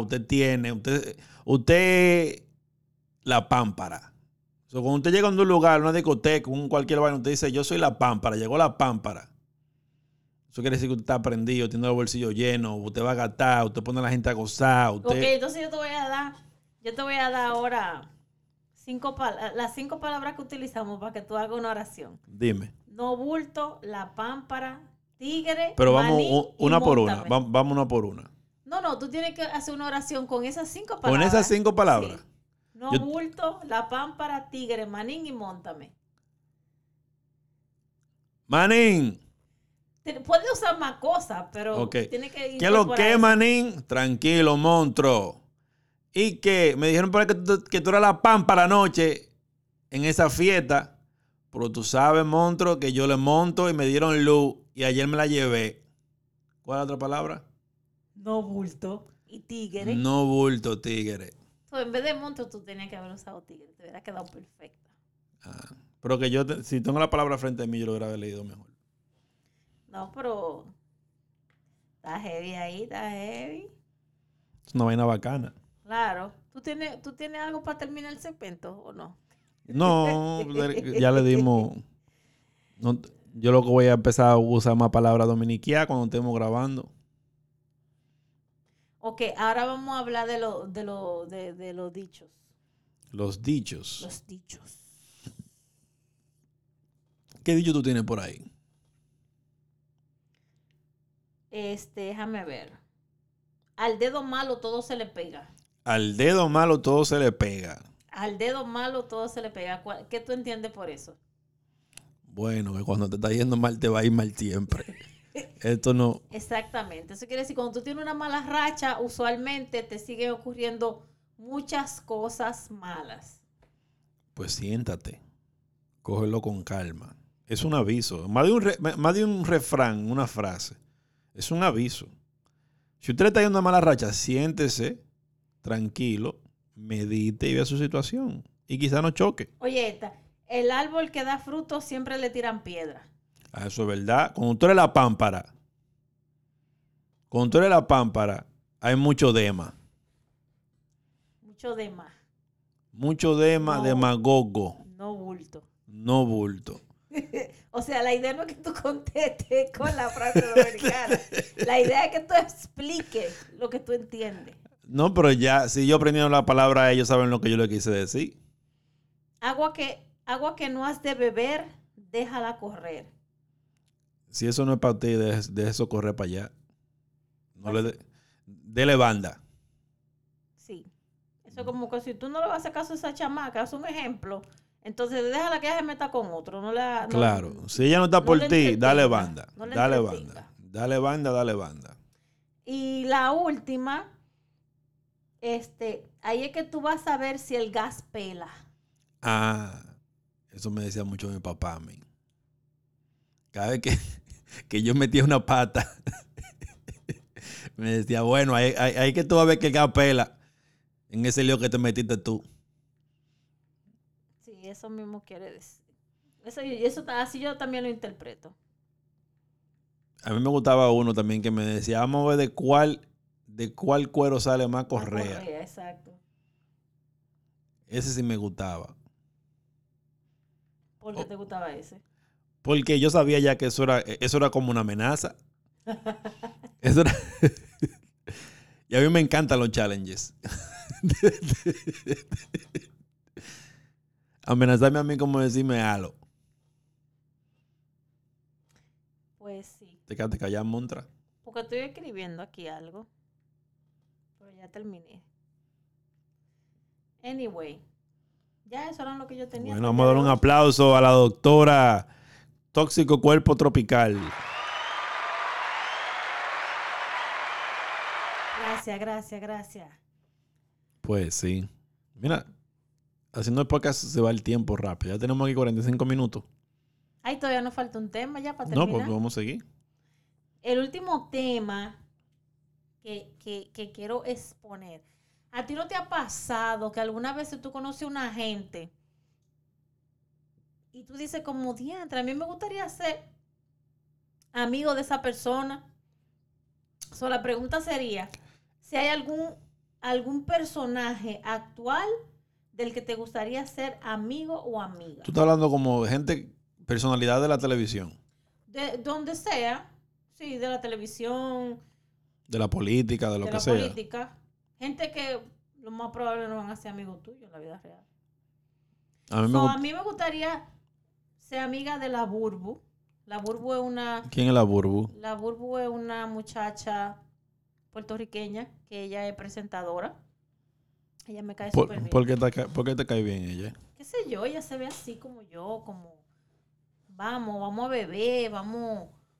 usted la pámpara. So, cuando usted llega a un lugar, una discoteca, cualquier vaina, usted dice, yo soy la pámpara, llegó la pámpara. Eso quiere decir que usted está prendido, tiene los bolsillos llenos, usted va a gastar, usted pone a la gente a gozar.
Ok, entonces yo te voy a dar ahora las 5 palabras que utilizamos para que tú hagas una oración.
Dime.
No bulto, la pámpara, tigre,
Pero vamos
manín y
una por una.
móntame.
Vamos una por una.
No, tú tienes que hacer una oración con esas 5 palabras.
Con esas 5 palabras.
Sí. No
Yo-
bulto, la pámpara, tigre, manín y móntame.
Manín,
Puede usar más cosas, pero
Ok.
tiene que
¿Qué lo
incorporar
que,
eso.
manín? Tranquilo, monstruo. Y que me dijeron por ahí que tú eras la pámpara anoche en esa fiesta. Pero tú sabes, monstruo, que yo le monto y me dieron luz y ayer me la llevé. ¿Cuál es la otra palabra?
No bulto. Y tigre.
No bulto, tigre.
So, en vez de monstruo, tú tenías que haber usado tigre. Te hubiera quedado perfecta.
Ah, pero que yo, si tengo la palabra frente a mí, yo lo hubiera leído mejor.
No, pero está heavy ahí, está heavy.
Es una vaina bacana.
Claro. ¿Tú tienes algo para terminar el segmento o no?
No, ya le dimos. No, yo lo que voy a empezar a usar más palabras dominiquianas cuando estemos grabando.
Ok, ahora vamos a hablar de los dichos.
Los dichos.
Los dichos.
¿Qué dicho tú tienes por ahí?
Déjame ver. Al dedo malo todo se le pega.
Al dedo malo todo se le pega.
Al dedo malo todo se le pega. ¿Qué tú entiendes por eso?
Bueno, que cuando te está yendo mal te va a ir mal siempre. Esto no.
Exactamente. Eso quiere decir, cuando tú tienes una mala racha, usualmente te siguen ocurriendo muchas cosas malas.
Pues siéntate. Cógelo con calma. Es un aviso. Más de un refrán, una frase. Es un aviso. Si usted le está yendo una mala racha, siéntese, tranquilo, medite y vea su situación. Y quizá no choque.
Oye, el árbol que da fruto siempre le tiran piedra.
Ah, eso es verdad. Cuando tú eres la pámpara, hay mucho dema.
Mucho de más.
Mucho dema,
No.
demagogo,
No bulto.
no bulto.
O sea, la idea no es que tú contestes con la frase dominicana. La idea es que tú expliques lo que tú entiendes.
No, pero ya, si yo aprendieron la palabra, ellos saben lo que yo le quise decir.
Agua que no has de beber, déjala correr.
Si eso no es para ti, de eso correr para allá. No dele banda.
Sí. Eso es como que si tú no le vas a hacer caso a esa chamaca, es un ejemplo. Entonces déjala que ella se meta con otro.
Claro. Si ella no está
no
por
le
ti, dale
entretenga,
banda.
no le
Dale
entretenga.
banda. Dale banda, dale banda.
Y la última, ahí es que tú vas a ver si el gas pela.
Ah, eso me decía mucho mi papá a mí. Cada vez que yo metía una pata, me decía, bueno, ahí que tú vas a ver que el gas pela en ese lío que te metiste tú.
Sí, eso mismo quiere decir. Eso así yo también lo interpreto.
A mí me gustaba uno también que me decía, vamos a ver de cuál cuero sale más correa.
La correa, exacto.
Ese sí me gustaba.
¿Por qué te gustaba ese?
Porque yo sabía ya que eso era como una amenaza. Eso era... Y a mí me encantan los challenges. Amenazarme a mí como decirme halo.
Pues sí.
Te quedaste callado, Montra.
Porque estoy escribiendo aquí algo. Pero ya terminé. Anyway. Ya eso era lo que yo tenía.
Bueno, vamos a dar un aplauso a la doctora Tóxico Cuerpo Tropical.
Gracias.
Pues sí. Mira, haciendo el podcast se va el tiempo rápido. Ya tenemos aquí 45 minutos.
Ay, todavía nos falta un tema ya para
No,
terminar.
pues vamos a seguir.
El último tema que quiero exponer. ¿A ti no te ha pasado que alguna vez tú conoces a una gente y tú dices como diantre, a mí me gustaría ser amigo de esa persona? So, la pregunta sería, si hay algún personaje actual del que te gustaría ser amigo o amiga.
Tú estás hablando como de gente, personalidad de la televisión,
De donde sea, sí, de la televisión,
de la política, de lo
de
que
la
sea.
política. Gente que lo más probable no van a ser amigos tuyos en la vida real.
A mí
A mí me gustaría ser amiga de la Burbu. La Burbu es una...
¿Quién es la Burbu?
La Burbu es una muchacha puertorriqueña que ella es presentadora. Ella me cae súper bien.
¿Por qué te cae bien ella?
¿Qué sé yo? Ella se ve así como yo, como vamos a beber, vamos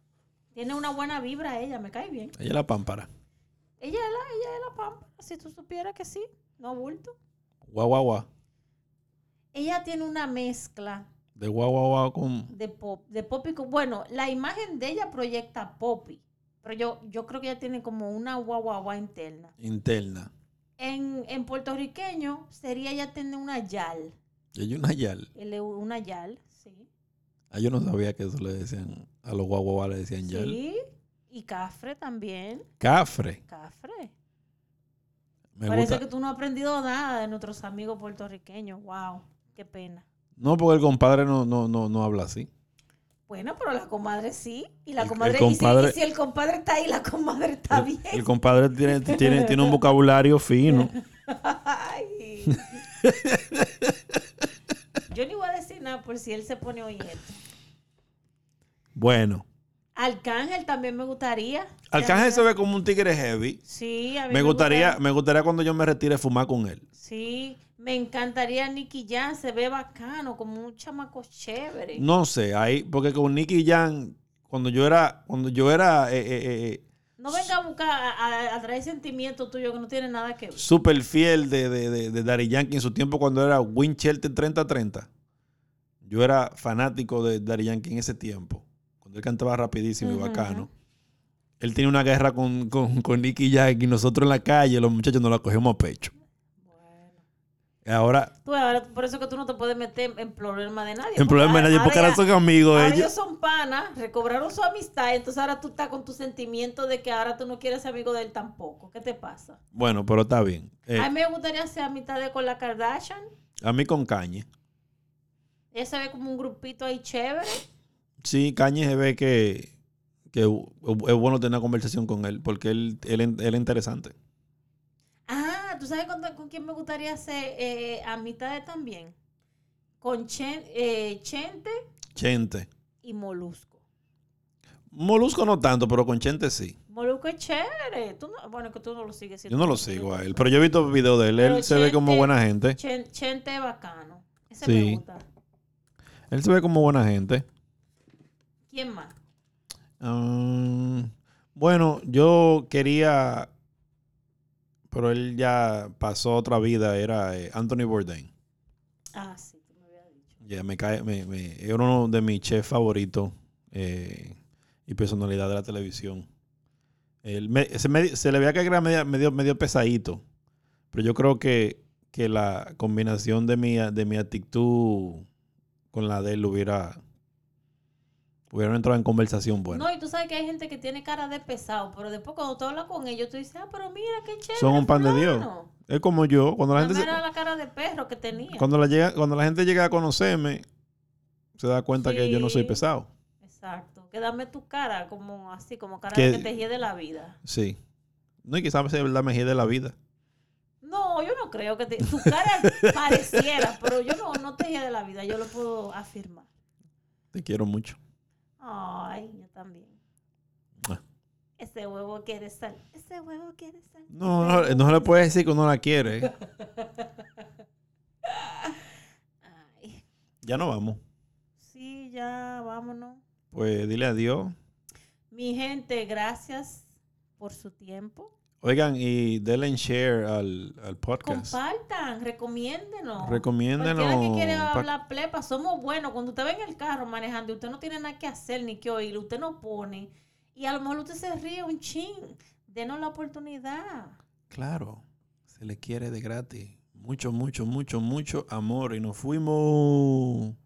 Tiene una buena vibra ella, me cae bien.
Ella es la pámpara.
Ella es la pampa, si tú supieras que sí, no bulto.
Guau, guau, guau.
Ella tiene una mezcla
De guau, guau, guau con...
de pop y bueno, la imagen de ella proyecta popi, pero yo creo que ella tiene como una guau interna.
interna.
En puertorriqueño sería ella tener una yal.
Ella es una yal.
Una yal, sí.
Ah, yo no sabía que eso le decían, a los guau, guau, guau le decían yal.
Sí, y cafre también.
Cafre.
Cafre.
Me
Parece
gusta.
que tú no has aprendido nada de nuestros amigos puertorriqueños. Wow, qué pena.
No, porque el compadre no habla así.
Bueno, pero la comadre sí. Y la
El
comadre,
compadre-
y si el compadre está ahí, la comadre está bien.
El compadre tiene un vocabulario fino.
Ay. Yo ni voy a decir nada por si él se pone a oír esto.
Bueno.
Arcángel también me gustaría.
Arcángel se ve como un tigre heavy.
Sí, a mí
Me gustaría cuando yo me retire fumar con él.
Sí, me encantaría Nicky Jam, se ve bacano, como un chamaco chévere.
No sé, ahí, porque con Nicky Jam, cuando yo era
No venga a buscar a traer sentimientos tuyos que no tienen nada que ver.
súper fiel de Daddy Yankee en su tiempo cuando era Winchester 3030. Yo era fanático de Daddy Yankee en ese tiempo. Cuando él cantaba rapidísimo y bacano. Él tenía una guerra con Nicky Jam y nosotros en la calle, los muchachos nos la cogemos a pecho. Ahora,
Ahora, por eso que tú no te puedes meter en problemas de nadie.
en problema de nadie, porque ahora son amigos
ahora
ellos.
ellos son panas, recobraron su amistad, entonces ahora tú estás con tu sentimiento de que ahora tú no quieres ser amigo de él tampoco. ¿Qué te pasa?
Bueno, pero está bien.
A mí me gustaría ser amistad con la Kardashian.
A mí con Kanye.
Ella se ve como un grupito ahí chévere.
Sí, Kanye se ve que es bueno tener una conversación con él, porque él es interesante.
Ah, ¿tú sabes con quién me gustaría ser amistad también? Con Chente
Chente.
y Molusco.
Molusco no tanto, pero con Chente sí.
Molusco es chévere. Bueno, que tú no lo sigues.
Yo no lo sigo a él, pero yo he visto videos de él.
Pero
Él se ve como buena gente.
Chente es bacano. Ese
Sí.
me gusta.
Él se ve como buena gente.
¿Quién más?
Bueno, yo quería, pero él ya pasó otra vida, era Anthony Bourdain.
Ah, sí, tú me habías dicho.
Ya era uno de mis chefs favoritos y personalidad de la televisión. Se le veía que era medio pesadito, pero yo creo que la combinación de mi actitud con la de él hubieran entrado en conversación buena.
No, y tú sabes que hay gente que tiene cara de pesado, pero después cuando tú hablas con ellos, tú dices, pero mira qué chévere.
Son un pan de Dios.
fulano.
Es como yo, cuando la gente
Mira la cara de perro que tenía.
cuando la gente llega a conocerme, se da cuenta que yo no soy
Sí.
pesado.
Exacto. Que dame tu cara, como así, como cara
Que-
de que te hiede la vida.
Sí. No, y quizás sea verdad me de la vida.
No, yo no creo que tu cara pareciera, pero yo no te hiede la vida, yo lo puedo afirmar.
Te quiero mucho.
Ay, yo también.
Ah.
Ese huevo quiere sal. Ese huevo quiere sal.
No se le puede decir que uno la quiere.
Ay,
Ya no vamos.
sí, ya, vámonos.
Pues dile adiós.
Mi gente, gracias por su tiempo.
Oigan, y denle share al podcast.
Compartan, recomiéndenos.
Recomiéndenos.
Cualquiera que quiera hablar plepa, somos buenos. Cuando usted ve en el carro manejando y usted no tiene nada que hacer ni que oír, usted no pone. Y a lo mejor usted se ríe un chin. Denos la oportunidad.
Claro, se le quiere de gratis. Mucho, mucho, mucho, mucho amor. Y nos fuimos.